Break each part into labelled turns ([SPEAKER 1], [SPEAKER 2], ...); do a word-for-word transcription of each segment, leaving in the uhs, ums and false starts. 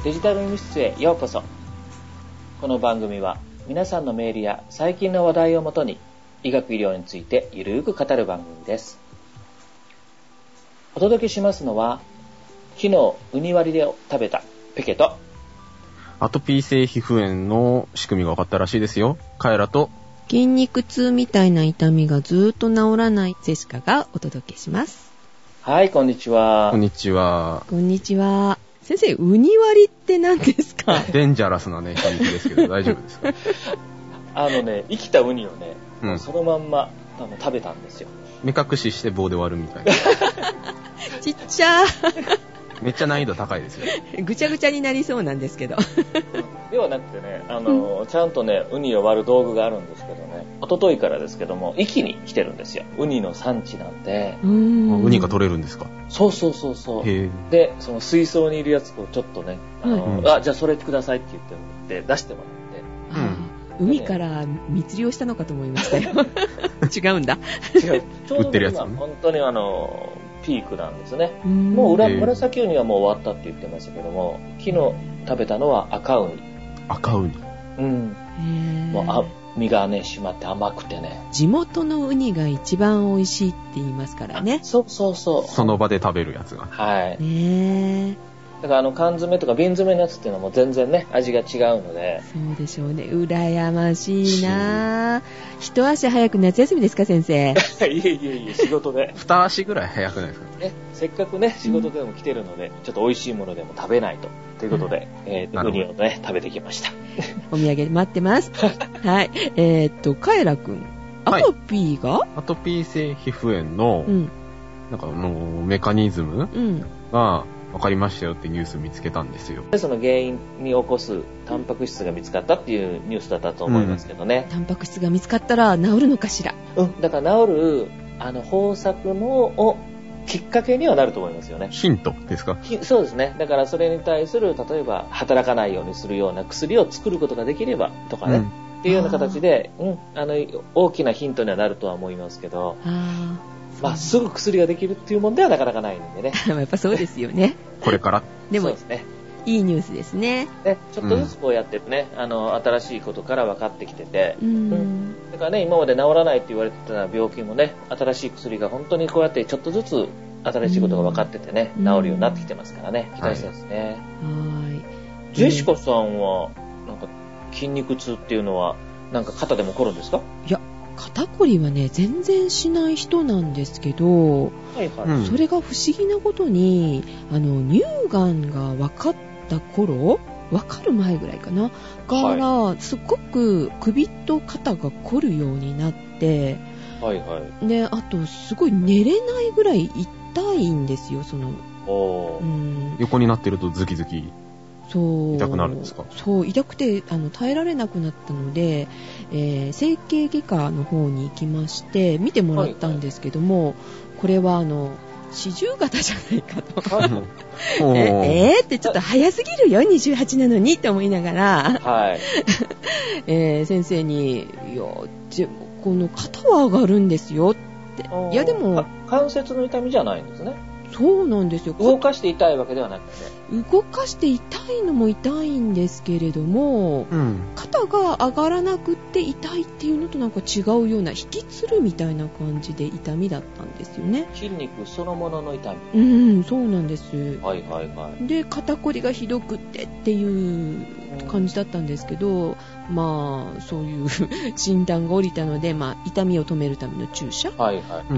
[SPEAKER 1] デジタル医務室へようこそ。この番組は皆さんのメールや最近の話題をもとに医学医療についてゆるーく語る番組です。お届けしますのは、昨日ウニ割りで食べたペケと、
[SPEAKER 2] アトピー性皮膚炎の仕組みが分かったらしいですよ。カエラと、
[SPEAKER 3] 筋肉痛みたいな痛みがずっと治らないジェシカがお届けします。
[SPEAKER 1] はい、こんにちは。
[SPEAKER 2] こんにちは。
[SPEAKER 3] こんにちは。先生、ウニ割りって何ですか？
[SPEAKER 2] デンジャラスなね、響きですけど大丈夫ですか？
[SPEAKER 1] あのね、生きたウニをね、
[SPEAKER 2] うん、
[SPEAKER 1] そのまんまあの食べたんですよ。
[SPEAKER 2] 目隠しして棒で割るみたいな。
[SPEAKER 3] ちっちゃ
[SPEAKER 2] めっちゃ難易度高いですよ。
[SPEAKER 3] ぐちゃぐちゃになりそうなんですけど。
[SPEAKER 1] ではなくてね、あの、うん、ちゃんとね、ウニを割る道具があるんですけどね、一昨日からですけども、壱岐に来てるんですよ。ウニの産地なんで。
[SPEAKER 3] うーん、
[SPEAKER 2] ウニが取れるんですか？
[SPEAKER 1] そうそうそうそう。
[SPEAKER 2] へ
[SPEAKER 1] で、その水槽にいるやつをちょっとね、あの、うん、あ、じゃあそれくださいって言ってもらって、出してもらって。
[SPEAKER 3] うん、海から密漁したのかと思いましたよ。違うんだ。
[SPEAKER 1] 違う。ちょうど今、本当にあの、ピークなんですね。もう裏紫ウニはもう終わったって言ってましたけども、昨日食べたのは赤ウニ。
[SPEAKER 2] 赤ウニ。
[SPEAKER 1] うん。もうあ身がね締まって甘くてね。
[SPEAKER 3] 地元のウニが一番美味しいって言いますからね。
[SPEAKER 1] そうそうそう。
[SPEAKER 2] その場で食べるやつが。
[SPEAKER 1] はい。
[SPEAKER 3] ねえ。
[SPEAKER 1] だからあの缶詰とか瓶詰めのやつっていうのも全然ね味が違うので。
[SPEAKER 3] そうでしょうね。羨ましいな。一足早く夏休みですか先生？
[SPEAKER 1] いえいえいえ仕事で。
[SPEAKER 2] 二足ぐらい早くないですか
[SPEAKER 1] ね。せっかくね仕事でも来てるので、うん、ちょっと美味しいものでも食べないとということで、うん、えー、ウニをね食べてきました。
[SPEAKER 3] お土産待ってます。はい。えー、っとカエラくん、アトピーが、はい、
[SPEAKER 2] アトピー性皮膚炎の、うん、なんかのメカニズム、
[SPEAKER 3] うん、
[SPEAKER 2] が分かりましたよってニュース見つけたんですよ。
[SPEAKER 1] その原因に起こすタンパク質が見つかったっていうニュースだったと思いますけどね。
[SPEAKER 3] うん、タンパク質が見つかったら治るのかしら。
[SPEAKER 1] うん、だから治るあの方策のをきっかけにはなると思いますよね。
[SPEAKER 2] ヒントですか？
[SPEAKER 1] そうですね。だからそれに対する例えば働かないようにするような薬を作ることができればとかね、うん、っていうような形で、うん、あの大きなヒントにはなるとは思いますけど。
[SPEAKER 3] あ
[SPEAKER 1] まあ、すぐ薬ができるっていうもんではなかなかないんでね。
[SPEAKER 3] やっぱそうですよね。
[SPEAKER 2] これから
[SPEAKER 3] でも
[SPEAKER 1] そうですね。
[SPEAKER 3] いいニュースですね。
[SPEAKER 1] ね、ちょっとずつこうやってね、うん、あの新しいことから分かってきてて、
[SPEAKER 3] うんうん、
[SPEAKER 1] だからね今まで治らないって言われてた病気もね、新しい薬が本当にこうやってちょっとずつ新しいことが分かっててね、うん、治るようになってきてますからね、期待したいですね。
[SPEAKER 3] はい。
[SPEAKER 1] ジェシカさんはなんか筋肉痛っていうのはなんか肩でも凝るんですか？
[SPEAKER 3] いや。肩こりはね全然しない人なんですけど、
[SPEAKER 1] はいはい、
[SPEAKER 3] それが不思議なことにあの乳がんが分かった頃分かる前ぐらいかなから、はい、すっごく首と肩が凝るようになって、
[SPEAKER 1] はいはい、
[SPEAKER 3] であとすごい寝れないぐらい痛いんですよ。その
[SPEAKER 1] お、
[SPEAKER 3] うん、
[SPEAKER 2] 横になってるとズキズキ
[SPEAKER 3] そう
[SPEAKER 2] 痛くなるんですか？
[SPEAKER 3] そう痛くてあの耐えられなくなったので、えー、整形外科の方に行きまして見てもらったんですけども、はいはい、これはあの四十型じゃないかとええー、ってちょっと早すぎるよにじゅうはちなのにって思いながら、
[SPEAKER 1] はい
[SPEAKER 3] えー、先生にいやこの肩は上がるんですよって。いやでも
[SPEAKER 1] 関節の痛みじゃないんですね。
[SPEAKER 3] そうなんですよ。
[SPEAKER 1] 動かして痛いわけではなくて、
[SPEAKER 3] 動かして痛いのも痛いんですけれども、
[SPEAKER 2] うん、
[SPEAKER 3] 肩が上がらなくって痛いっていうのとなんか違うような引きつるみたいな感じで痛みだったんですよね。
[SPEAKER 1] 筋肉そのものの痛み。
[SPEAKER 3] うん、そうなんです。
[SPEAKER 1] はいはいはい。
[SPEAKER 3] で肩こりがひどくってっていう感じだったんですけど、まあそういう診断が下りたので、まあ痛みを止めるための注射とか、
[SPEAKER 1] はいはい、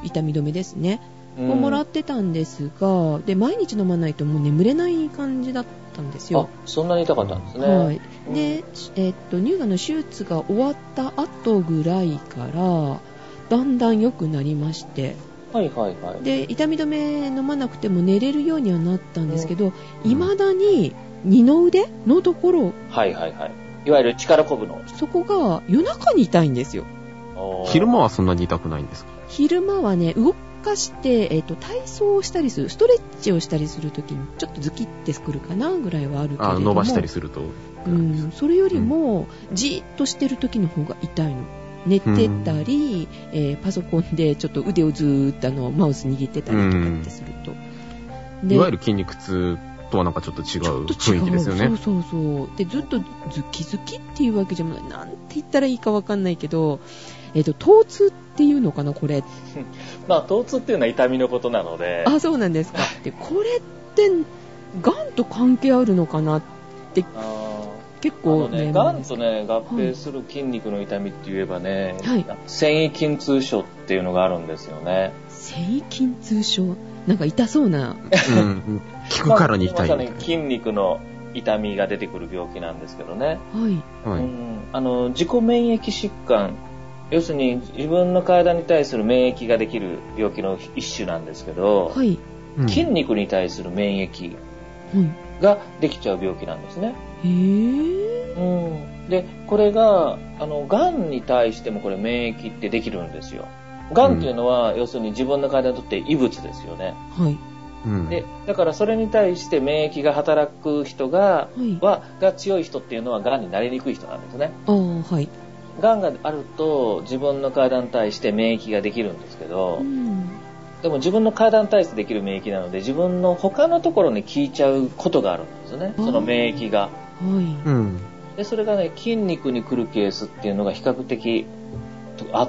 [SPEAKER 3] 痛み止めですね。をもらってたんですが、で毎日飲まないともう眠れない感じだったんですよ。
[SPEAKER 1] あ、そんなに痛かったんですね。
[SPEAKER 3] はい。で、えー、っと乳がんの手術が終わった後ぐらいからだんだん良くなりまして、
[SPEAKER 1] はいはいはい。
[SPEAKER 3] で痛み止め飲まなくても寝れるようにはなったんですけど、いま、うん、だに二の腕のところ、
[SPEAKER 1] はいはいはい。いわゆる力こぶの
[SPEAKER 3] そこが夜中に痛いんですよ。
[SPEAKER 2] 昼間はそんなに痛くないんですか？
[SPEAKER 3] 昼間はね動かして、えー、と体操をしたりするストレッチをしたりするときにちょっとズキッてくるかなぐらいはあるけれども、
[SPEAKER 2] あ伸ばしたりすると、
[SPEAKER 3] うん、それよりもじーっとしてるときの方が痛いの。寝てたり、うんえー、パソコンでちょっと腕をずーっとあのマウス握ってたりとかってすると、
[SPEAKER 2] うん、いわゆる筋肉痛っとはなんかちょっと違う雰囲気ですよね。
[SPEAKER 3] そうそうそう。で、ずっとズキズキっていうわけじゃない、なんて言ったらいいかわかんないけど、えっと、疼痛っていうのかな、これ。
[SPEAKER 1] まあ、疼痛っていうのは痛みのことなので。
[SPEAKER 3] あ、そうなんですか。で、これって、がんと関係あるのかなって、
[SPEAKER 1] あ
[SPEAKER 3] 結構ね。
[SPEAKER 1] ね、がんとね、合併する筋肉の痛みって言えばね、
[SPEAKER 3] はい、
[SPEAKER 1] 線維筋痛症っていうのがあるんですよね。
[SPEAKER 3] 線維筋痛症、なんか痛そうな。
[SPEAKER 2] うん、聞くからに痛いみたいな。
[SPEAKER 1] まさに筋肉の痛みが出てくる病気なんですけどね。
[SPEAKER 3] はい。
[SPEAKER 2] はい、
[SPEAKER 1] うん、あの自己免疫疾患、要するに自分の体に対する免疫ができる病気の一種なんですけど、
[SPEAKER 3] はい、
[SPEAKER 1] 筋肉に対する免疫ができちゃう病気なんですね。
[SPEAKER 3] へー。
[SPEAKER 1] うん、でこれがあのがんに対してもこれ免疫ってできるんですよ。がんっていうのは、うん、要するに自分の体にとって異物ですよね。
[SPEAKER 3] はい。
[SPEAKER 2] うん、
[SPEAKER 1] でだからそれに対して免疫が働く人が、はい、はが強い人っていうのはがんになりにくい人なんですね。
[SPEAKER 3] あ、はい。
[SPEAKER 1] がんがあると自分の体に対して免疫ができるんですけど、うん、でも自分の体に対してできる免疫なので自分の他のところに効いちゃうことがあるんですよね、その免疫が。はい。
[SPEAKER 2] うん、
[SPEAKER 1] でそれがね、筋肉に来るケースっていうのが比較的あって、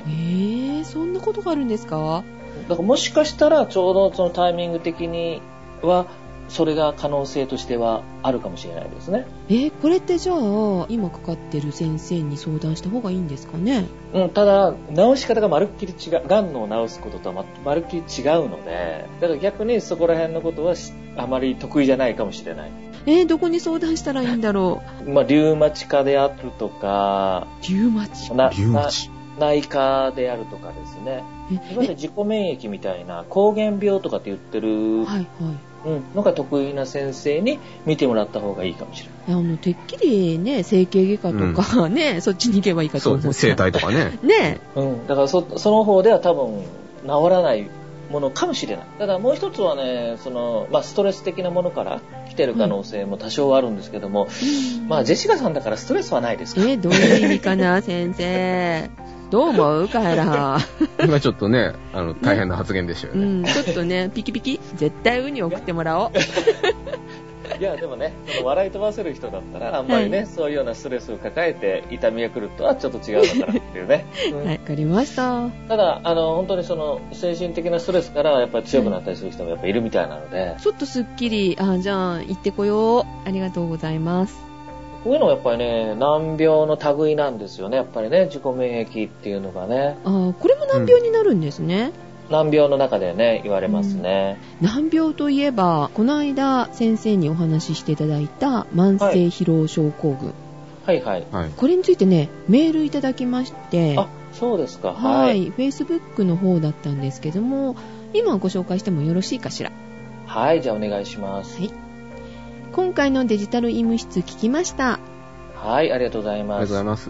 [SPEAKER 3] えー、そんなことがあるんですか？
[SPEAKER 1] だからもしかしたらちょうどそのタイミング的にはそれが可能性としてはあるかもしれないですね。
[SPEAKER 3] えー、これってじゃあ今かかってる先生に相談した方がいいんですかね？
[SPEAKER 1] うん、ただ治し方がまるっきり違う、がんの治すこととはまるっきり違うので、だから逆にそこら辺のことはあまり得意じゃないかもしれない。
[SPEAKER 3] えー、どこに相談したらいいんだろ
[SPEAKER 1] う。まあ、リュウマチ科であるとか、
[SPEAKER 3] リュウマチ
[SPEAKER 1] なな内科であるとかですね。いわゆる自己免疫みたいな膠原病とかって言ってる、はいはい、うん、のが得意な先生に見てもらった方がいいかもしれない。
[SPEAKER 3] あのてっきりね、整形外科とかね、うん、そっちに行けばいいかと思って。
[SPEAKER 2] そうですね、整体とかね。
[SPEAKER 3] ね、
[SPEAKER 1] うん、だから そ, その方では多分治らないものかもしれない。ただもう一つはね、その、まあ、ストレス的なものから来てる可能性も多少あるんですけども、うん、まあジェシカさんだからストレスはないですか？
[SPEAKER 3] え、どういう意味かな先生。どう思うかえら。
[SPEAKER 2] 今ちょっとね、あの大変な発言でしたよね。
[SPEAKER 3] うん、ちょっとね、ピキピキ、絶対ウニ送ってもらおう。
[SPEAKER 1] いやでもね、その笑い飛ばせる人だったらあんまりね、はい、そういうようなストレスを抱えて痛みが来るとはちょっと違うのかなっていうね。
[SPEAKER 3] うん、はい、わかりました。
[SPEAKER 1] ただあの本当にその精神的なストレスからやっぱり強くなったりする人もやっぱりいるみたいなので、
[SPEAKER 3] ちょっとすっきり、あ、じゃあ行ってこよう。ありがとうございます。
[SPEAKER 1] こういうのはやっぱりね、難病の類なんですよね。やっぱりね、自己免疫っていうのがね。
[SPEAKER 3] あ、これも難病になるんですね。
[SPEAKER 1] うん、難病の中でね、言われますね。
[SPEAKER 3] うん、難病といえば、この間先生にお話ししていただいた慢性疲労症候群。
[SPEAKER 1] はいはいはい。
[SPEAKER 3] これについてね、メールいただきまして。
[SPEAKER 1] あ、そうですか。
[SPEAKER 3] はい。はい、Facebook の方だったんですけども、今ご紹介してもよろしいかしら。
[SPEAKER 1] はい、じゃあお願いします。
[SPEAKER 3] はい。今回のデジタル医務室聞きました。
[SPEAKER 1] はい、ありがとうございます。
[SPEAKER 2] ありがとうございます。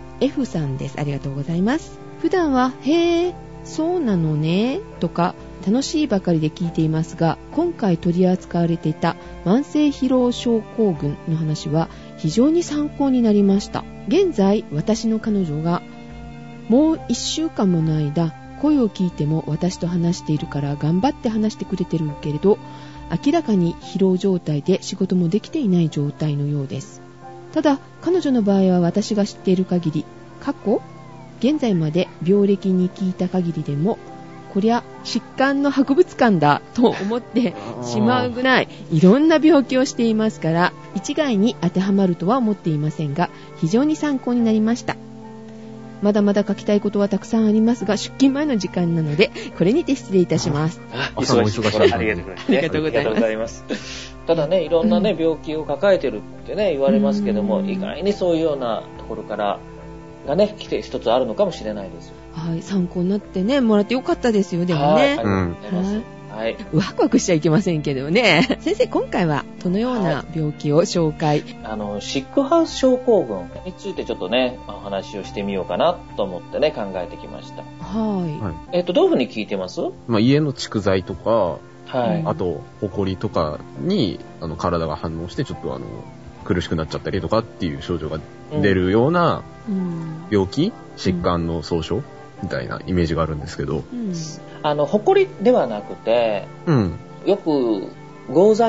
[SPEAKER 3] F さんです。ありがとうございます。普段は、へー、そうなのね、とか、楽しいばかりで聞いていますが、今回取り扱われていた慢性疲労症候群の話は非常に参考になりました。現在、私の彼女が、もういっしゅうかんもの間、声を聞いても私と話しているから頑張って話してくれてるけれど、明らかに疲労状態で仕事もできていない状態のようです。ただ彼女の場合は私が知っている限り、過去現在まで病歴に聞いた限りでも、こりゃ疾患の博物館だと思ってしまうぐらいいろんな病気をしていますから、一概に当てはまるとは思っていませんが、非常に参考になりました。まだまだ書きたいことはたくさんありますが、出勤前の時間なのでこれにて失礼いたします。
[SPEAKER 1] 朝の忙しいところありがとうございます。ただね、いろんなね、うん、病気を抱えてるってね言われますけども、意外にそういうようなところからがね来て一つあるのかもしれないですよ。
[SPEAKER 3] はい、参考になってねもらってよかったですよ。でもね、
[SPEAKER 1] はい、ありがとうございます。はい、
[SPEAKER 3] ワクワクしちゃいけませんけどね。先生、今回はどのような病気を紹介、はい、
[SPEAKER 1] あのシックハウス症候群についてちょっとねお話をしてみようかなと思ってね考えてきました。
[SPEAKER 3] はい。
[SPEAKER 1] えっとどういうふうに聞いてます？
[SPEAKER 2] まあ、家の蓄財とか、
[SPEAKER 1] はい、
[SPEAKER 2] あとホコリとかにあの体が反応してちょっとあの苦しくなっちゃったりとかっていう症状が出るような病気、うん、疾患の総称みたいなイメージがあるんですけど、うん、
[SPEAKER 1] あのホコリではなくて、うん、よく合剤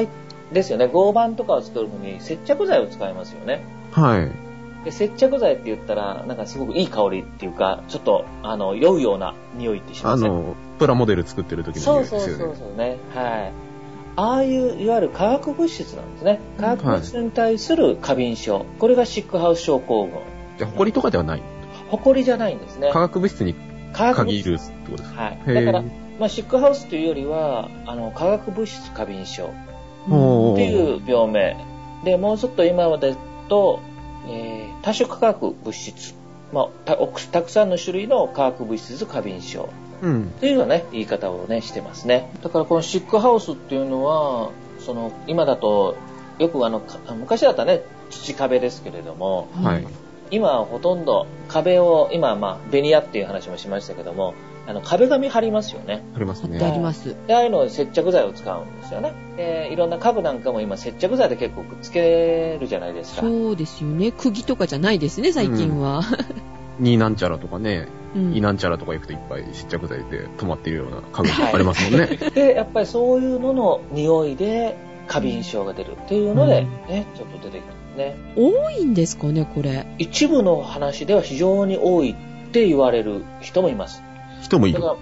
[SPEAKER 1] ですよね。合板とかを作るのに接着剤を使いますよね。
[SPEAKER 2] はい。
[SPEAKER 1] で接着剤って言ったら、なんかすごくいい香りっていうか、ちょっと、あの、酔うような匂いってしますね。
[SPEAKER 2] あの、プラモデル作ってる時の匂いですよね。
[SPEAKER 1] そうそうそうそうね。はい。ああいう、いわゆる化学物質なんですね。化学物質に対する過敏症。はい、これがシックハウス症候群。
[SPEAKER 2] じゃあ、埃とかではない？
[SPEAKER 1] 埃じゃないんですね。
[SPEAKER 2] 化学物質に限るってことですか？
[SPEAKER 1] はい。だから、まあ、シックハウスというよりは、あの、化学物質過敏症っていう病名。で、もうちょっと今までと、えー、多種化学物質。まあ、た、たくさんの種類の化学物質過敏症。うん。というようなね、言い方をね、してますね。だからこのシックハウスっていうのは、その、今だと、よくあの、昔だったらね、土壁ですけれども、はい。今はほとんど壁を、今まあ、ベニヤっていう話もしましたけども、あの、壁紙貼りますよね。
[SPEAKER 2] 貼りますね。
[SPEAKER 3] 貼ります。
[SPEAKER 1] で、ああいうのを接着剤を使うんですよね。で、いろんな家具なんかも今接着剤で結構くっつけるじゃないですか。
[SPEAKER 3] そうですよね。釘とかじゃないですね、最近は。
[SPEAKER 2] うん、になんちゃらとかね、うん、いなんちゃらとか行くといっぱい接着剤で止まっているような家具がありますもんね。
[SPEAKER 1] はい、で、やっぱりそういうのの匂いで過敏症が出るっていうので、ね、うん、ちょっと出てくる。ね、
[SPEAKER 3] 多いんですかね、これ。
[SPEAKER 1] 一部の話では非常に多いって言われる人もいます。
[SPEAKER 2] 人もいる。
[SPEAKER 1] だから、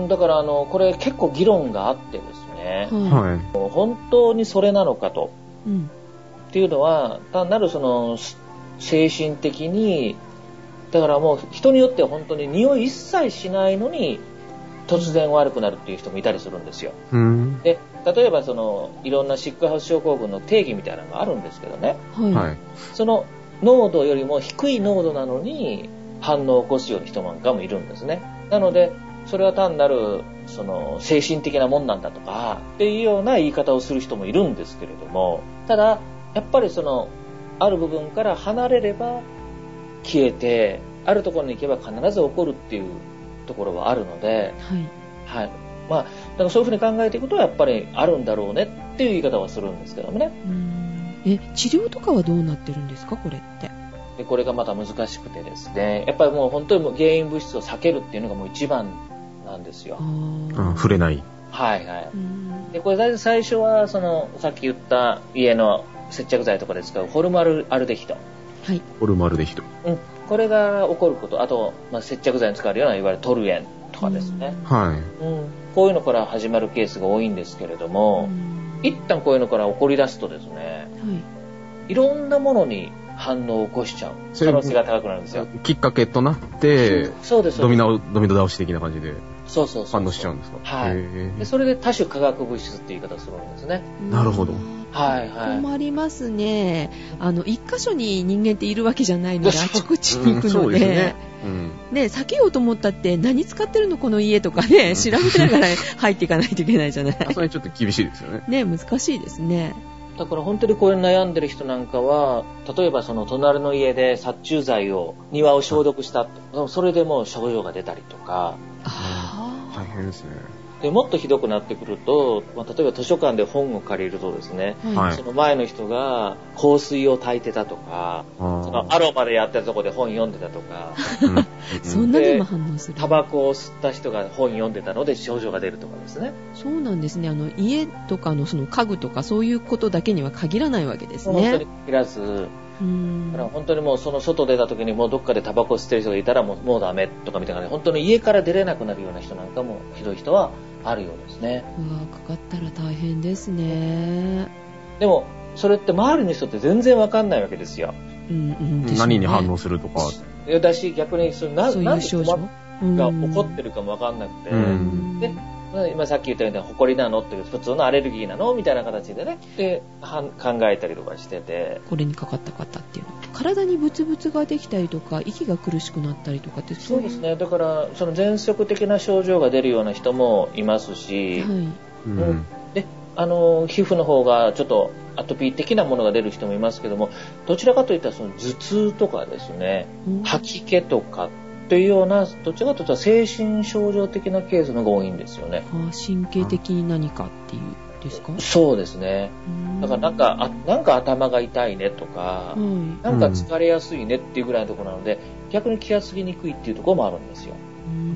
[SPEAKER 1] だからあの、これ結構議論があってですね、はい、本当にそれなのかと、うん、っていうのは、単なるその、精神的に、だからもう人によっては本当に匂い一切しないのに、突然悪くなるっていう人もいたりするんですよ。うん、で、例えばそのいろんなシックハウス症候群の定義みたいなのがあるんですけどね、はい、その濃度よりも低い濃度なのに反応を起こすような人なんかもいるんですね。なのでそれは単なるその精神的なもんなんだとかっていうような言い方をする人もいるんですけれども、ただやっぱりそのある部分から離れれば消えて、あるところに行けば必ず起こるっていうところはあるので、はい、はい、まあ、だからそういうふうに考えていくとやっぱりあるんだろうねっていう言い方はするんですけどもね。
[SPEAKER 3] うーん、え、治療とかはどうなってるんですか、これって。
[SPEAKER 1] でこれがまた難しくてですね、やっぱりもう本当にもう原因物質を避けるっていうのがもう一番なんですよ。
[SPEAKER 2] あ、触れない。
[SPEAKER 1] はいはい。でこれ大体最初はそのさっき言った家の接着剤とかで使うホルマルアルデヒド。
[SPEAKER 3] はい。
[SPEAKER 2] ホルマルデヒド。
[SPEAKER 1] うん。これが起こること、あと、まあ、接着剤に使われるようないわゆるトルエンとかですね。
[SPEAKER 2] はい。
[SPEAKER 1] うん。こういうのから始まるケースが多いんですけれども、一旦こういうのから起こり出すとですね、はい、いろんなものに反応を起こしちゃう可能性が高くなるんですよ。
[SPEAKER 2] きっかけとなって、そうです。ドミノ、ドミノ倒し的な感じで。
[SPEAKER 1] そうそうそう。
[SPEAKER 2] 反応しちゃうんですか。
[SPEAKER 1] はい。でそれで多種化学物質って言い方するんですね。
[SPEAKER 2] なるほど。
[SPEAKER 1] はいはい。
[SPEAKER 3] 困りますね。あの、一箇所に人間っているわけじゃないので、あちこちに行くので、うん、そうですね。うん、ね、避けようと思ったって何使ってるのこの家とかね、調べながら入っていかないといけないじゃない。
[SPEAKER 2] それちょっと厳しいですよね。
[SPEAKER 3] ね、難しいですね。
[SPEAKER 1] だから本当にこれ悩んでる人なんかは、例えばその隣の家で殺虫剤を、庭を消毒した、うん、それでもう症状が出たりとか。
[SPEAKER 2] あ、大変ですね。
[SPEAKER 1] でもっとひどくなってくると、まあ、例えば図書館で本を借りるとですね、はい、その前の人が香水を焚いてたとか、そのアロマでやってたところで本読んでたとか、
[SPEAKER 3] そんなにも反応する。
[SPEAKER 1] タバコを吸った人が本読んでたので症状が出るとかですね。
[SPEAKER 3] そうなんですね。あの家とかのその家具とかそういうことだけには限らないわけですね。
[SPEAKER 1] 本当に限らず。うんだから本当にもうその外出た時にもうどっかでタバコ吸ってる人がいたらもう、もうダメとかみたいな、本当に家から出れなくなるような人なんかもひどい人はあるようですね。
[SPEAKER 3] うわ、かかったら大変ですね。
[SPEAKER 1] でもそれって周りの人って全然わかんないわけですよ。
[SPEAKER 3] うんうん、
[SPEAKER 2] ね、何に反応するとか。
[SPEAKER 1] だし逆にそれななんで困が起こってるかもわかんなくて、うん、で今さっき言ったように埃なのっていう普通のアレルギーなのみたいな形でね、で考えたりとかしてて、
[SPEAKER 3] これにかかった方っていうの体にブツブツができたりとか息が苦しくなったりとかって
[SPEAKER 1] そうですね。だからその喘息的な症状が出るような人もいますし、はい、うん、であの皮膚の方がちょっとアトピー的なものが出る人もいますけども、どちらかといったらその頭痛とかですね、うん、吐き気とかというような、どちらかというと精神症状的なケースの方が多いんですよね。
[SPEAKER 3] あ、神経的に何かっていうですか？
[SPEAKER 1] そうですね。だからなんか、あ、なんか頭が痛いねとか、うん、なんか疲れやすいねっていうぐらいのところなので、逆に気がつきにくいっていうところもあるんですよ。
[SPEAKER 3] う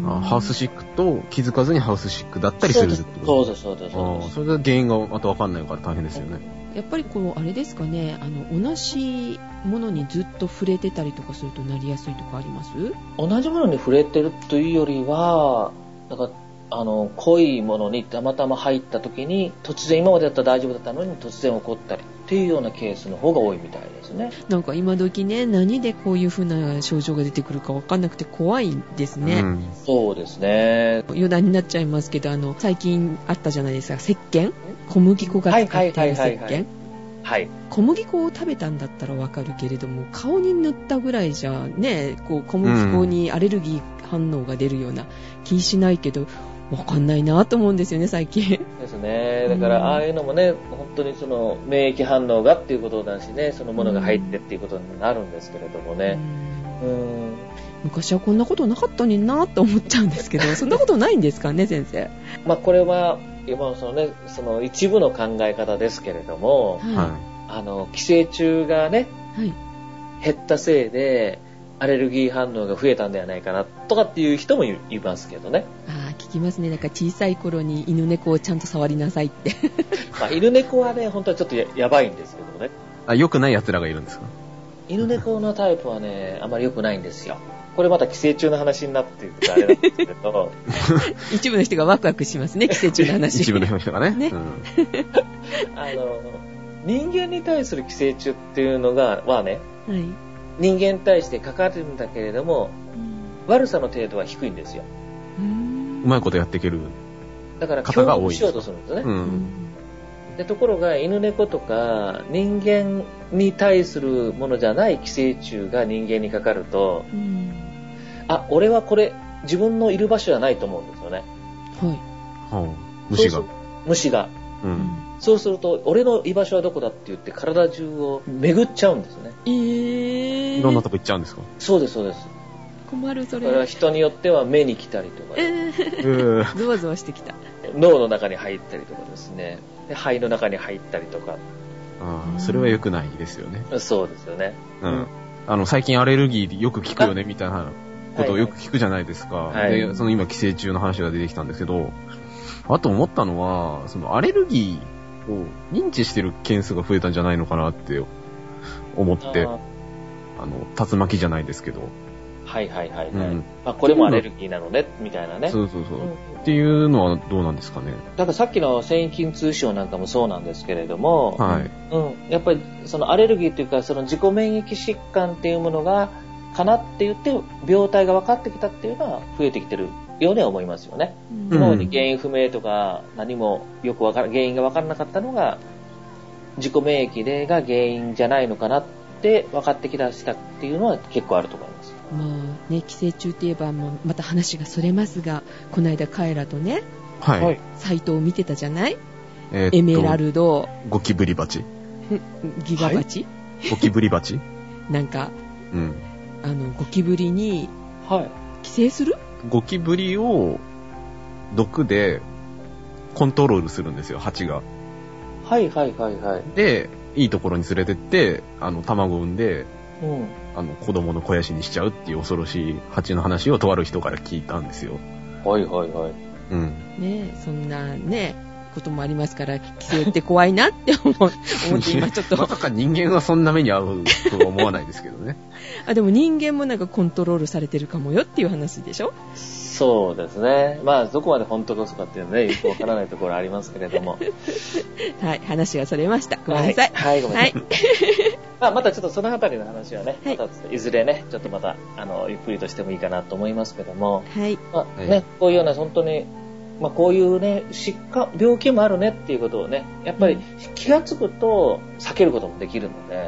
[SPEAKER 2] あ、ハウスシックと気づかずにハウスシックだったりするってこと。
[SPEAKER 1] そうです、そうです、そうです。
[SPEAKER 2] それで原因がまた分かんないから大変ですよね。
[SPEAKER 3] やっぱりこうあれですかね、あの同じものにずっと触れてたりとかするとなりやすいとかあります？
[SPEAKER 1] 同じものに触れてるというよりは、なんかあの濃いものにたまたま入った時に突然今までだったら大丈夫だったのに突然起こったりっていうようなケースの方が多いみたいですね。
[SPEAKER 3] なんか今時ね、何でこういう風な症状が出てくるか分かんなくて怖いですね、うん、
[SPEAKER 1] そうですね。
[SPEAKER 3] 余談になっちゃいますけど、あの最近あったじゃないですか、石鹸、小麦粉が使っている石鹸、
[SPEAKER 1] はい、
[SPEAKER 3] 小麦粉を食べたんだったらわかるけれども、顔に塗ったぐらいじゃね、こう小麦粉にアレルギー反応が出るような気しないけど、わかんないなと思うんですよね、最近。
[SPEAKER 1] ですね。だからああいうのもね、本当にその免疫反応がっていうことだしね、そのものが入ってっていうことになるんですけれどもね。
[SPEAKER 3] うんうん昔はこんなことなかったのになと思っちゃうんですけど、そんなことないんですかね、先生。
[SPEAKER 1] まあこれは今そのね、その一部の考え方ですけれども、はい、あの寄生虫がね、はい、減ったせいでアレルギー反応が増えたんではないかなとかっていう人もいますけどね。
[SPEAKER 3] ああ、聞きますね。なんか小さい頃に犬猫をちゃんと触りなさいって。
[SPEAKER 1] まあ犬猫はね、本当はちょっと や, やばいんですけどね。
[SPEAKER 2] あ、良くない奴らがいるんですか？
[SPEAKER 1] 犬猫のタイプはね、あまり良くないんですよ。これまた寄生虫の話になっているとあれなんですけど
[SPEAKER 3] 一部の人がワクワクしますね、寄生虫の話。
[SPEAKER 2] 一部の人がね。ね、うん、
[SPEAKER 1] あの人間に対する寄生虫っていうのがはね、はい、人間に対してかかるんだけれども、うん、悪さの程度は低いんですよ。
[SPEAKER 2] うーん、うまいことやっていける
[SPEAKER 1] だから協力しようとするんですね。うん、でところが犬猫とか人間に対するものじゃない寄生虫が人間にかかると、うん、あ、俺はこれ自分のいる場所じゃないと思うんですよね。
[SPEAKER 3] はい。
[SPEAKER 2] はあ、虫が。
[SPEAKER 1] 虫が。うん。そうすると俺の居場所はどこだって言って体中を巡っちゃうんですね。
[SPEAKER 3] えー。
[SPEAKER 2] いろんなとこ行っちゃうんですか？
[SPEAKER 1] そうです、そうです。
[SPEAKER 3] 困る、それ。
[SPEAKER 1] これは人によっては目に来たりとか、ね、
[SPEAKER 3] えー、ゾワゾワしてきた。
[SPEAKER 1] 脳の中に入ったりとかですね。で肺の中に入ったりとか。
[SPEAKER 2] ああ、それは良くないですよね。
[SPEAKER 1] そうですよね。
[SPEAKER 2] うん。あの最近アレルギーよく聞くよねみたいなことをよく聞くじゃないですか。はいはい、でその今寄生虫の話が出てきたんですけど、あと思ったのはそのアレルギーを認知してる件数が増えたんじゃないのかなって思って、あ, あの竜巻じゃないですけど。
[SPEAKER 1] はいはいはい、はい、うん、まあ、これもアレルギーなのねみたいなね。
[SPEAKER 2] そうそうそう、うん、っていうのはどうなんですかね。
[SPEAKER 1] だからさっきの線維筋痛症なんかもそうなんですけれども、
[SPEAKER 2] はい、
[SPEAKER 1] うん、やっぱりそのアレルギーというかその自己免疫疾患っていうものがかなって言って病態が分かってきたっていうのは増えてきてるようには思いますよね。うん、今まで原因不明とか何もよくわから原因が分からなかったのが自己免疫でが原因じゃないのかなって分かってきたしたっていうのは結構あると思います。
[SPEAKER 3] まあね、寄生虫といえばもうまた話がそれますが、この間カエラとね、
[SPEAKER 2] はい、
[SPEAKER 3] サイトを見てたじゃない、
[SPEAKER 2] えー、
[SPEAKER 3] エメラルド
[SPEAKER 2] ゴキブリバチ
[SPEAKER 3] ギガバチ、はい、
[SPEAKER 2] ゴキブリバチ
[SPEAKER 3] なんか、
[SPEAKER 2] うん、
[SPEAKER 3] あのゴキブリに寄生する、はい、
[SPEAKER 2] ゴキブリを毒でコントロールするんですよ、蜂が。
[SPEAKER 1] はいはいはいはい。
[SPEAKER 2] でいいところに連れてってあの卵を産んで、
[SPEAKER 1] うん、
[SPEAKER 2] あの子供の肥やしにしちゃうっていう恐ろしい蜂の話をとある人から聞いたんですよ。
[SPEAKER 1] はいはいはい。
[SPEAKER 2] うん。
[SPEAKER 3] ねえ、そんなねこともありますから寄生って怖いなって思思って今ちょっと
[SPEAKER 2] まさか人間はそんな目に遭うとは思わないですけどね。
[SPEAKER 3] あ、でも人間もなんかコントロールされてるかもよっていう話でしょ。
[SPEAKER 1] そうですね。まあどこまで本当かそうかっていうのはね、よくわからないところありますけれども。
[SPEAKER 3] はい、話がそれました。ごめんなさい。
[SPEAKER 1] はい、はい、ごめんなさい。はいまあ、またちょっとそのあたりの話はね、はい、またいずれね、ちょっとまたあのゆっくりとしてもいいかなと思いますけども、
[SPEAKER 3] はい
[SPEAKER 1] まあね、はい、こういうような本当に、まあ、こういうね疾患病気もあるねっていうことをねやっぱり気がつくと避けることもできるので、
[SPEAKER 3] うん、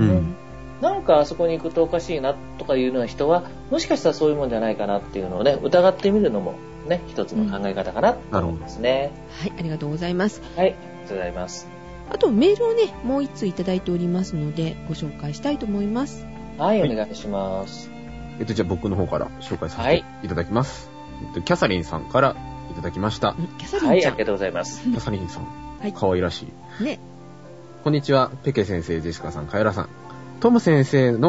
[SPEAKER 1] ね、なんかあそこに行くとおかしいなとかいうような人はもしかしたらそういうもんじゃないかなっていうのをね疑ってみるのもね一つの考え方かなと思いますね、
[SPEAKER 3] うん、はい、ありがとうございます。
[SPEAKER 1] はい、ありがとうございます。
[SPEAKER 3] あとメールをねもう一通いただいておりますのでご紹介したいと思います。
[SPEAKER 1] はい、はい、お願いします。
[SPEAKER 2] えっとじゃあ僕の方から紹介させていただきます、はい、えっと、キャサリンさんからいただきました。
[SPEAKER 3] キャサリンちゃん、
[SPEAKER 1] はい、ありがとうございます。
[SPEAKER 2] キャサリンさん、はい、可愛らしい
[SPEAKER 3] ね。
[SPEAKER 2] こんにちは、ペケ先生、ジェシカさん、カエラさん。トム先生の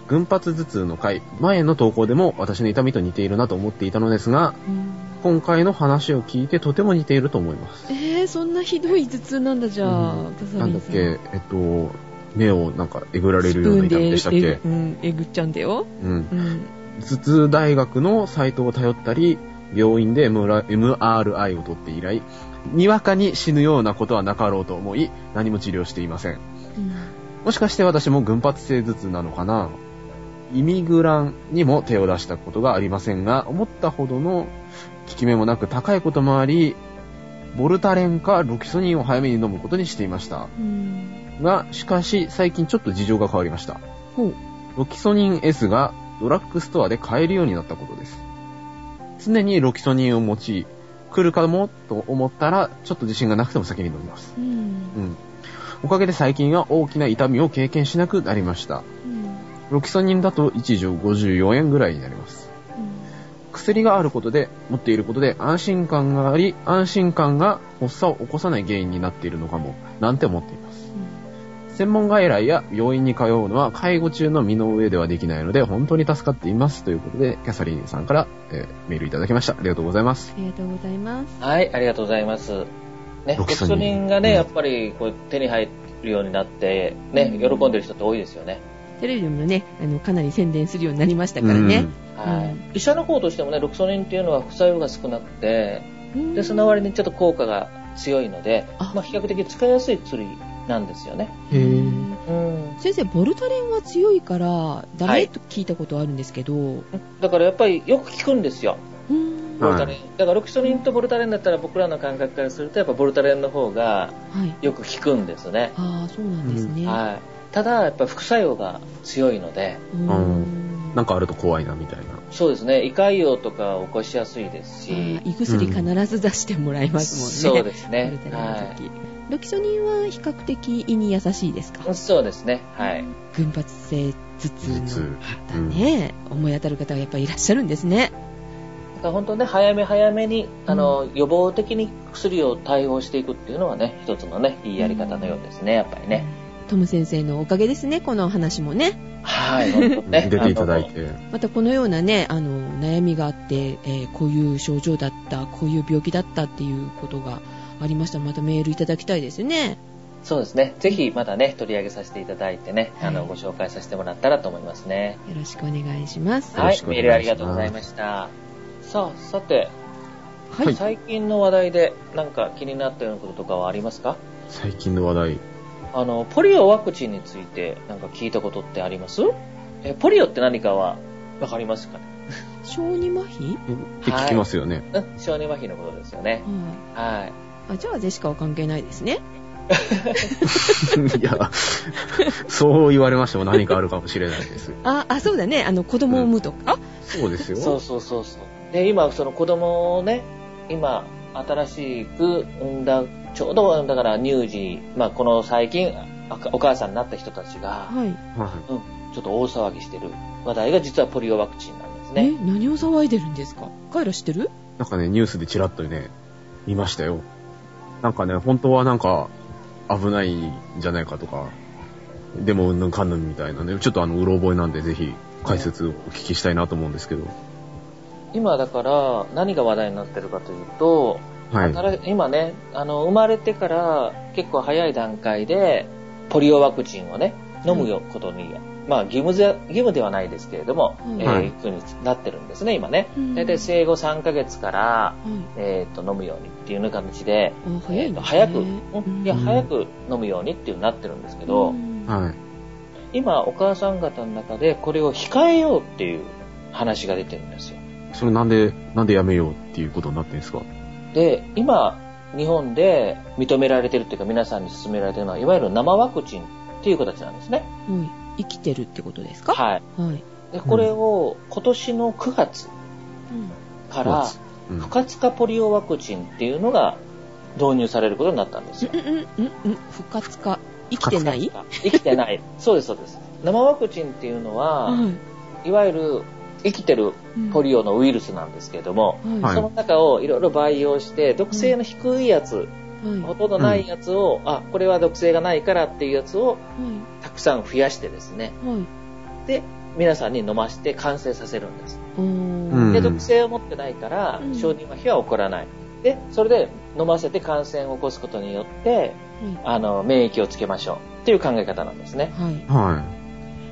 [SPEAKER 2] 群発頭痛の回、前の投稿でも私の痛みと似ているなと思っていたのですが、うん、今回の話を聞いてとても似ていると思います。
[SPEAKER 3] えー、そんなひどい頭痛なんだじゃあ、うん、
[SPEAKER 2] キャサリンさん。なんだっけ、えっと、目をなんかえぐられるような痛みでしたっけ？
[SPEAKER 3] うん、えぐっちゃうんだよ。
[SPEAKER 2] うん。うん、頭痛大学のサイトを頼ったり、病院で エムアールアイ を取って以来、にわかに死ぬようなことはなかろうと思い、何も治療していません。うん、もしかして私も群発性頭痛なのかな？イミグランにも手を出したことがありませんが、思ったほどの効き目もなく高いこともあり、ボルタレンかロキソニンを早めに飲むことにしていました。うん、が、しかし最近ちょっと事情が変わりました。ほう。ロキソニン エス がドラッグストアで買えるようになったことです。常にロキソニンを持ち、来るかもと思ったら、ちょっと自信がなくても先に飲みます。うん。うん。おかげで最近は大きな痛みを経験しなくなりました。うん、ロキソニンだといち錠ごじゅうよんえんぐらいになります。うん、薬があることで、持っていることで安心感があり、安心感が発作を起こさない原因になっているのかも、なんて思っています。うん、専門外来や病院に通うのは介護中の身の上ではできないので、本当に助かっています。ということで、キャサリンさんから、えー、メールいただきました。ありがとうございます。
[SPEAKER 3] ありがとうございます。
[SPEAKER 1] はい、ありがとうございます。ね、ロキソニンがね、うん、やっぱりこう手に入るようになって、ね、喜んでる人って多いですよね。
[SPEAKER 3] テレビでもね、あのかなり宣伝するようになりましたからね。
[SPEAKER 1] うん、はい。医者の方としてもね、ロキソニンっていうのは副作用が少なくて、でその割にちょっと効果が強いので、あまあ、比較的使いやすい薬なんですよね。
[SPEAKER 3] へー。うん、先生、ボルタレンは強いからダメと聞いたことあるんですけど、はい、
[SPEAKER 1] だからやっぱりよく効くんですよ。ボルタレン、はい、だからロキソニンとボルタレンだったら僕らの感覚からするとやっぱボルタレンの方がよく効くんですね。
[SPEAKER 3] はい、ああ、そうなんですね。
[SPEAKER 1] はい。ただやっぱ副作用が強いので、
[SPEAKER 2] うん、なんかあると怖いなみたいな。
[SPEAKER 1] そうですね。胃潰瘍とか起こしやすいですし、
[SPEAKER 3] 胃薬必ず出してもらいますもんね。
[SPEAKER 1] うん、そうですね。
[SPEAKER 3] ボルタレンの時、はい、ロキソニンは比較的胃に優しいですか？
[SPEAKER 1] そうですね。はい。
[SPEAKER 3] 群発性頭痛の方ね、うん、思い当たる方がやっぱりいらっしゃるんですね。
[SPEAKER 1] だから本当ね、早め早めにあの、うん、予防的に薬を対応していくっていうのはね、一つのね、いいやり方のようですね、やっぱりね。
[SPEAKER 3] トム先生のおかげですね、この話もね。
[SPEAKER 1] はい、本当ね。
[SPEAKER 2] 出ていただいて。
[SPEAKER 3] またこのようなね、あの、悩みがあって、えー、こういう症状だった、こういう病気だったっていうことがありましたら、またメールいただきたいですね。
[SPEAKER 1] そうですね。ぜひまたね、取り上げさせていただいてね、はい、あの、ご紹介させてもらったらと思いますね。
[SPEAKER 3] よろしくお願いします。
[SPEAKER 1] はい、メールありがとうございました。さあ、さて、はい、最近の話題で何か気になったようなこととかはありますか？
[SPEAKER 2] 最近の話題。
[SPEAKER 1] あの、ポリオワクチンについて何か聞いたことってあります？え、ポリオって何かはわかりますかね？
[SPEAKER 3] 小児麻痺
[SPEAKER 2] って聞きますよね。
[SPEAKER 1] はい、小児麻痺のことですよね。うん、はい。
[SPEAKER 3] あ、じゃあジェシカは関係ないですね。
[SPEAKER 2] いや、そう言われましても何かあるかもしれないです。
[SPEAKER 3] あ、あ、そうだね。あの、子供を産むとか、うん、
[SPEAKER 2] そうですよ。
[SPEAKER 1] そうそうそうそう。で、今、その子供をね、今、新しく産んだ、ちょうど、だから乳児、まあ、この最近、お母さんになった人たちが、はい。うん、ちょっと大騒ぎしてる話題が実はポリオワクチンなんですね。
[SPEAKER 3] え、何を騒いでるんですか？カイラ知ってる？
[SPEAKER 2] なんかね、ニュースでチラッとね、見ましたよ。なんかね、本当はなんか、危ないんじゃないかとか、でもうんぬんかんぬんみたいなね、ちょっとあのうろ覚えなんでぜひ解説をお聞きしたいなと思うんですけど。
[SPEAKER 1] 今だから何が話題になってるかというと、はい、今ね、あの生まれてから結構早い段階でポリオワクチンをね飲むよことに、はい、まあ義務で義務ではないですけれども、はい、えー、いうふうになってるんですね今ね。だいたい生後さんかげつから、はい、えっと飲むようにっていうような形で、
[SPEAKER 3] 早いんですね、
[SPEAKER 1] えー、早く、うん、いや早く飲むようにっていうなってるんですけど、
[SPEAKER 2] はい、
[SPEAKER 1] 今お母さん方の中でこれを控えようっていう話が出てるんですよ。
[SPEAKER 2] それなんでなんでやめようっていうことになってるんですか？
[SPEAKER 1] で、今日本で認められてるっていうか皆さんに勧められてるのは、いわゆる生ワクチンっていう形なんですね。
[SPEAKER 3] うん、生きてるってことですか？
[SPEAKER 1] はい。はい、でこれを今年のくがつから、うん、不活化ポリオワクチンっていうのが導入されることになったんですよ。
[SPEAKER 3] うんうんうんうん、不活化、生きてない？
[SPEAKER 1] 生きてない。そうですそうです。生ワクチンっていうのは、うん、いわゆる生きてるポリオのウイルスなんですけれども、うん、その中をいろいろ培養して毒性の低いやつ、うん、ほとんどないやつを、うん、あ、これは毒性がないからっていうやつを、うん、たくさん増やしてですね、うん、で皆さんに飲ませて感染させるんです。
[SPEAKER 3] うん、
[SPEAKER 1] で、毒性を持ってないから、承認麻痺は起こらない。で、それで飲ませて感染を起こすことによって、うん、あの、免疫をつけましょうっていう考え方なんですね。
[SPEAKER 3] はい。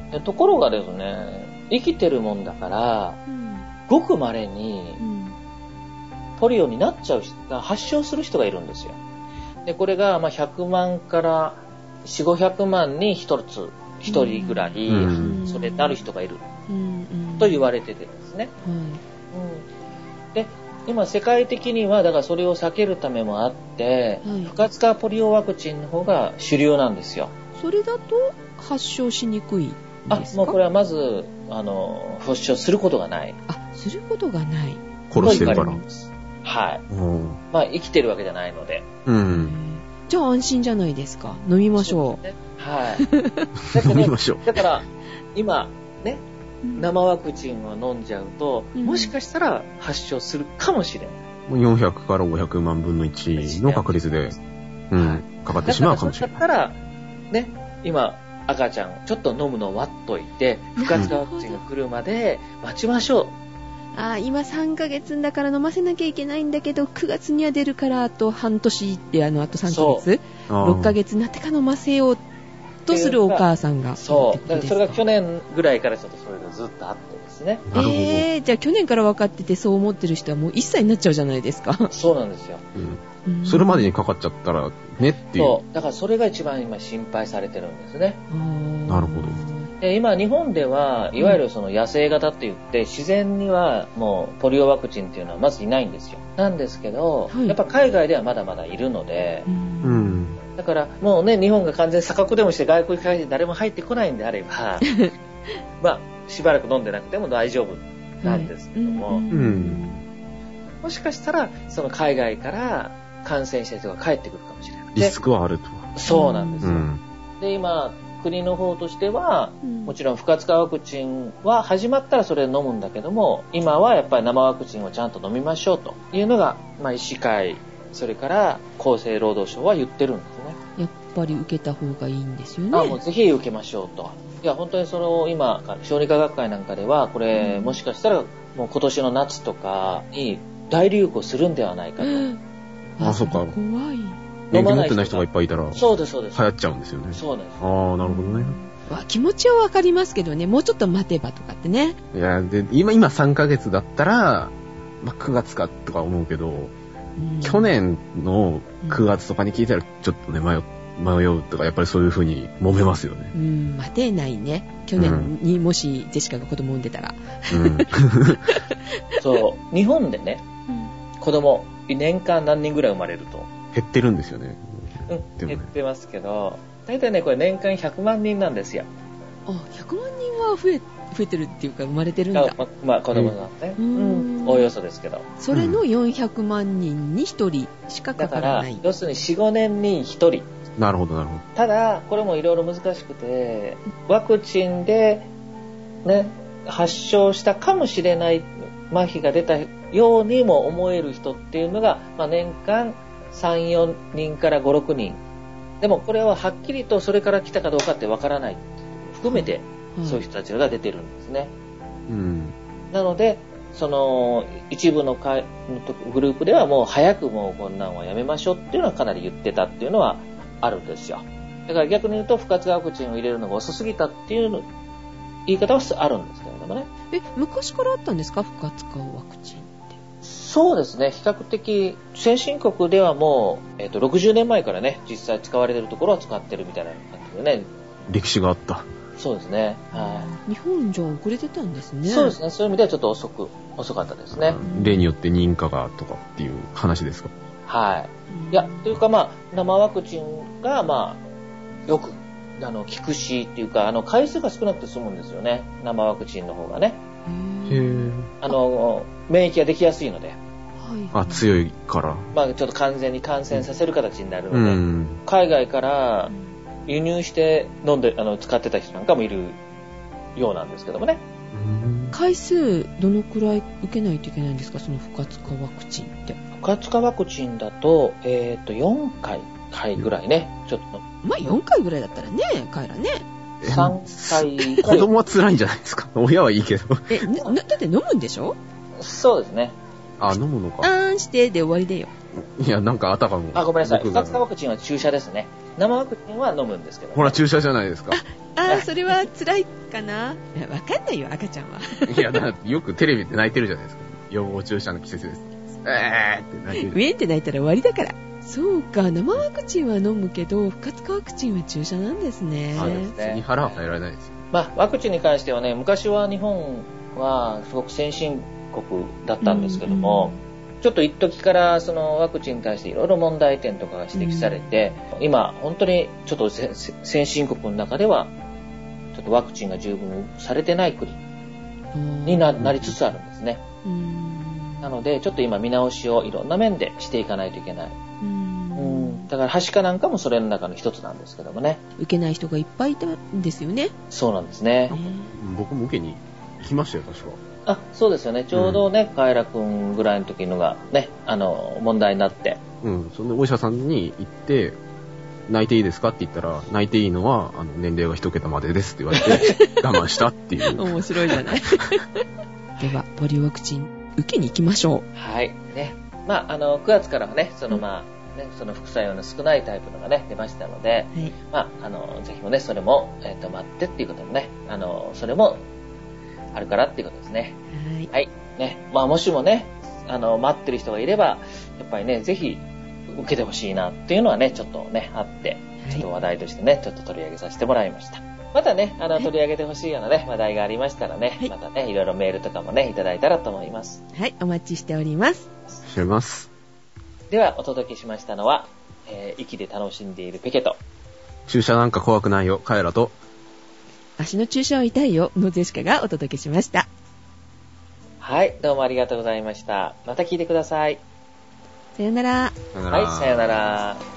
[SPEAKER 1] でところがですね、生きてるもんだから、うん、ごく稀に、ポリオになっちゃう人、発症する人がいるんですよ。で、これが、まあ、ひゃくまんからよんひゃくごひゃくまんにひとつ、ひとりぐらい、うん、それになる人がいる、うん、と言われててですね。うんうん、で、今世界的にはだからそれを避けるためもあって、はい、不活化ポリオワクチンの方が主流なんですよ。それだと発症しにくいですか？あ、もうこれはまずあの発症することがない。
[SPEAKER 3] あ、することがない。
[SPEAKER 2] 殺してるから。
[SPEAKER 1] はい。うん、まあ生きてるわけじゃないので。
[SPEAKER 3] うん。じゃあ安心じゃないですか。飲みましょう。
[SPEAKER 1] ね、はい。飲みましょう。だから今ね。生ワクチンを飲んじゃうと、うん、もしかしたら発症するかもしれない。
[SPEAKER 2] よんひゃくからごひゃくまんぶんのいちの確率で、うん、かかってしまうかもしれない。
[SPEAKER 1] だから、ね、今、赤ちゃん、ちょっと飲むのを待っといて、不活化ワクチンが来るまで待ちましょう。
[SPEAKER 3] ああ、今さんかげつだから飲ませなきゃいけないんだけど、くがつには出るからあと半年って、あの、あとさんかげつ ?ろっ ヶ月になってから飲ませようとするお母さんが。
[SPEAKER 1] そう。だからそれが去年ぐらいからちょっとそれがずっとあってですね。
[SPEAKER 3] えー、じゃあ去年から分かっててそう思ってる人はもういっさいになっちゃうじゃないですか。
[SPEAKER 1] そうなんですよ。
[SPEAKER 2] うん。それまでにかかっちゃったらねっていう。そ
[SPEAKER 1] う。だからそれが一番今心配されてるんですね。
[SPEAKER 2] なるほど。
[SPEAKER 1] で今日本ではいわゆるその野生型って言って自然にはもうポリオワクチンっていうのはまずいないんですよ。なんですけど、はい、やっぱ海外ではまだまだいるので、うん、だからもうね日本が完全に鎖国でもして外国から誰も入ってこないんであればまあしばらく飲んでなくても大丈夫なんですけども、はいうん、もしかしたらその海外から感染した人が帰ってくるかもしれない。
[SPEAKER 2] リスクはあると。
[SPEAKER 1] そうなんですよ。うん、で今国の方としては、うん、もちろん不活化ワクチンは始まったらそれ飲むんだけども、今はやっぱり生ワクチンをちゃんと飲みましょうというのが、まあ、医師会、それから厚生労働省は言ってるんですね。
[SPEAKER 3] やっぱり受けた方がいいんですよね。
[SPEAKER 1] あ、もうぜひ受けましょうと。いや本当にその今小児科学会なんかではこれ、うん、もしかしたらもう今年の夏とかに大流行するんではないかと。
[SPEAKER 2] あ、そっか。
[SPEAKER 3] 怖い。
[SPEAKER 2] 免許持ってない人がいっぱいいたら
[SPEAKER 1] そうですそうです
[SPEAKER 2] 流行っちゃうんですよね。
[SPEAKER 1] そうです。
[SPEAKER 2] ああ、なるほどね。
[SPEAKER 3] わ気持ちはわかりますけどね、もうちょっと待てばとかってね。
[SPEAKER 2] いやで今今さんかげつだったら、まあ、くがつかとか思うけど、うん、去年のくがつとかに聞いたらちょっとね迷迷うとかやっぱりそういう風に揉めますよね。
[SPEAKER 3] うん、待てないね。去年にもしジェシカが子供産んでたら。うん、
[SPEAKER 1] そう日本でね、うん、子供年間何人ぐらい生まれると。
[SPEAKER 2] 減ってるんですよね。
[SPEAKER 1] うん、ね、減ってますけど、大体ね、これ年間ひゃくまんにんなんですよ。
[SPEAKER 3] あ、ひゃくまんにんは増え、増えてるっていうか生まれてるんだ。
[SPEAKER 1] ま、まあ子供なんね。うん。おおよそですけど。
[SPEAKER 3] それのよんひゃくまんにんにひとりしかかからない。
[SPEAKER 1] だから、要するによん、ごねんにひとり。
[SPEAKER 2] なるほど、なるほど。
[SPEAKER 1] ただ、これもいろいろ難しくて、ワクチンで、ね、発症したかもしれない麻痺が出たようにも思える人っていうのが、まあ、年間さん、よにんからご、ろくにん。でもこれははっきりとそれから来たかどうかってわからない。含めて、そういう人たちが出てるんですね。うん、なので、その一部の会グループではもう早くもうこんなんはやめましょうっていうのはかなり言ってたっていうのはあるんですよ。だから逆に言うと不活化ワクチンを入れるのが遅すぎたっていう言い方はあるんですけれどもね。
[SPEAKER 3] え、昔からあったんですか、不活化ワクチンって？
[SPEAKER 1] そうですね。比較的先進国ではもう、えーと、ろくじゅうねんまえからね、実際使われているところは使ってるみたいな感じでね。
[SPEAKER 2] 歴史があった。
[SPEAKER 1] そうですね。はい。
[SPEAKER 3] 日本じゃ遅れてたんですね。
[SPEAKER 1] そうですね。そういう意味ではちょっと遅く遅かったですね。
[SPEAKER 2] 例によって認可がとかっていう話ですか？
[SPEAKER 1] はい。いや、というかまあ生ワクチンがまあよくあの効くしっていうかあの回数が少なくて済むんですよね。生ワクチンの方がね。へー。あの免疫ができやすいので。
[SPEAKER 2] あ、強いから。
[SPEAKER 1] まあちょっと完全に感染させる形になるので、うん、海外から輸入して飲んであの使ってた人なんかもいるようなんですけどもね。
[SPEAKER 3] 回数どのくらい受けないといけないんですか、その不活化ワクチンって？
[SPEAKER 1] 不活化ワクチンだと、えっとよんかいぐらいね、ちょっと。
[SPEAKER 3] まあよんかいぐらいだったらね、帰らね。
[SPEAKER 1] さんさい。
[SPEAKER 2] 子供は辛いんじゃないですか。親はいいけど。
[SPEAKER 3] え、な、だって飲むんでしょ？
[SPEAKER 1] そうですね。
[SPEAKER 2] あ、飲むのか。
[SPEAKER 3] あーんしてで終わりでよ。
[SPEAKER 2] いや、なんかあたかも。
[SPEAKER 1] あ、ごめんなさい。不活化ワクチンは注射ですね。生ワクチンは飲むんですけど、ね。
[SPEAKER 2] ほら、注射じゃないですか。
[SPEAKER 3] あー、それは辛いかな。いや、わかんないよ、赤ちゃんは。
[SPEAKER 2] いや、だってよくテレビで泣いてるじゃないですか。予防注射の季節です。えーって泣いてる。
[SPEAKER 3] ウェーンって泣いたら終わりだから。そうか、生ワクチンは飲むけど、不活化ワクチンは注射なんですね。
[SPEAKER 1] そうですね。
[SPEAKER 2] 背に腹は変えられないですよ。
[SPEAKER 1] まあ、ワクチンに関してはね、昔は日本はすごく先進国だったんですけども、うん、ちょっと一時からそのワクチンに対していろいろ問題点とかが指摘されて、うん、今本当にちょっと先進国の中ではちょっとワクチンが十分されてない国に な, なりつつあるんですね。うん、なのでちょっと今見直しをいろんな面でしていかないといけない。うん、だからはしかなんかもそれの中の一つなんですけどもね。
[SPEAKER 3] 受けない人がいっぱいいたんですよね。
[SPEAKER 1] そうなんですね。
[SPEAKER 2] 僕も受けに行きましたよ、確か。
[SPEAKER 1] あ、そうですよね。ちょうどね、カエラくんぐらいの時のがね、あの、問題になって。
[SPEAKER 2] うん、そのお医者さんに行って、泣いていいですかって言ったら、泣いていいのは、あの、年齢が一桁までですって言われて、我慢したっていう。
[SPEAKER 3] 面白いじゃない。では、ポリオワクチン、受けに行きましょう。
[SPEAKER 1] はい。ね。まあ、あの、くがつからもね、そのまあ、ね、その副作用の少ないタイプのがね、出ましたので、はい、まあ、あの、ぜひもね、それも、えっと、待ってっていうこともね、あの、それも、あるからっていうことですね。はい。はい。ね。まあもしもね、あの、待ってる人がいれば、やっぱりね、ぜひ受けてほしいなっていうのはね、ちょっとね、あって、ちょっと話題としてね、ちょっと取り上げさせてもらいました。またね、あの、取り上げてほしいようなね、話題がありましたらね、はい、またね、いろいろメールとかもね、いただいたらと思います。
[SPEAKER 3] はい、お待ちしております。
[SPEAKER 2] してます。
[SPEAKER 1] では、お届けしましたのは、えー、息で楽しんでいるペケと、
[SPEAKER 2] 注射なんか怖くないよ、カエラと、
[SPEAKER 3] 足の注射は痛いよのゼシカがお届けしました。
[SPEAKER 1] はい、どうもありがとうございました。また聞いてください。
[SPEAKER 3] さよなら。
[SPEAKER 1] はい、さよなら。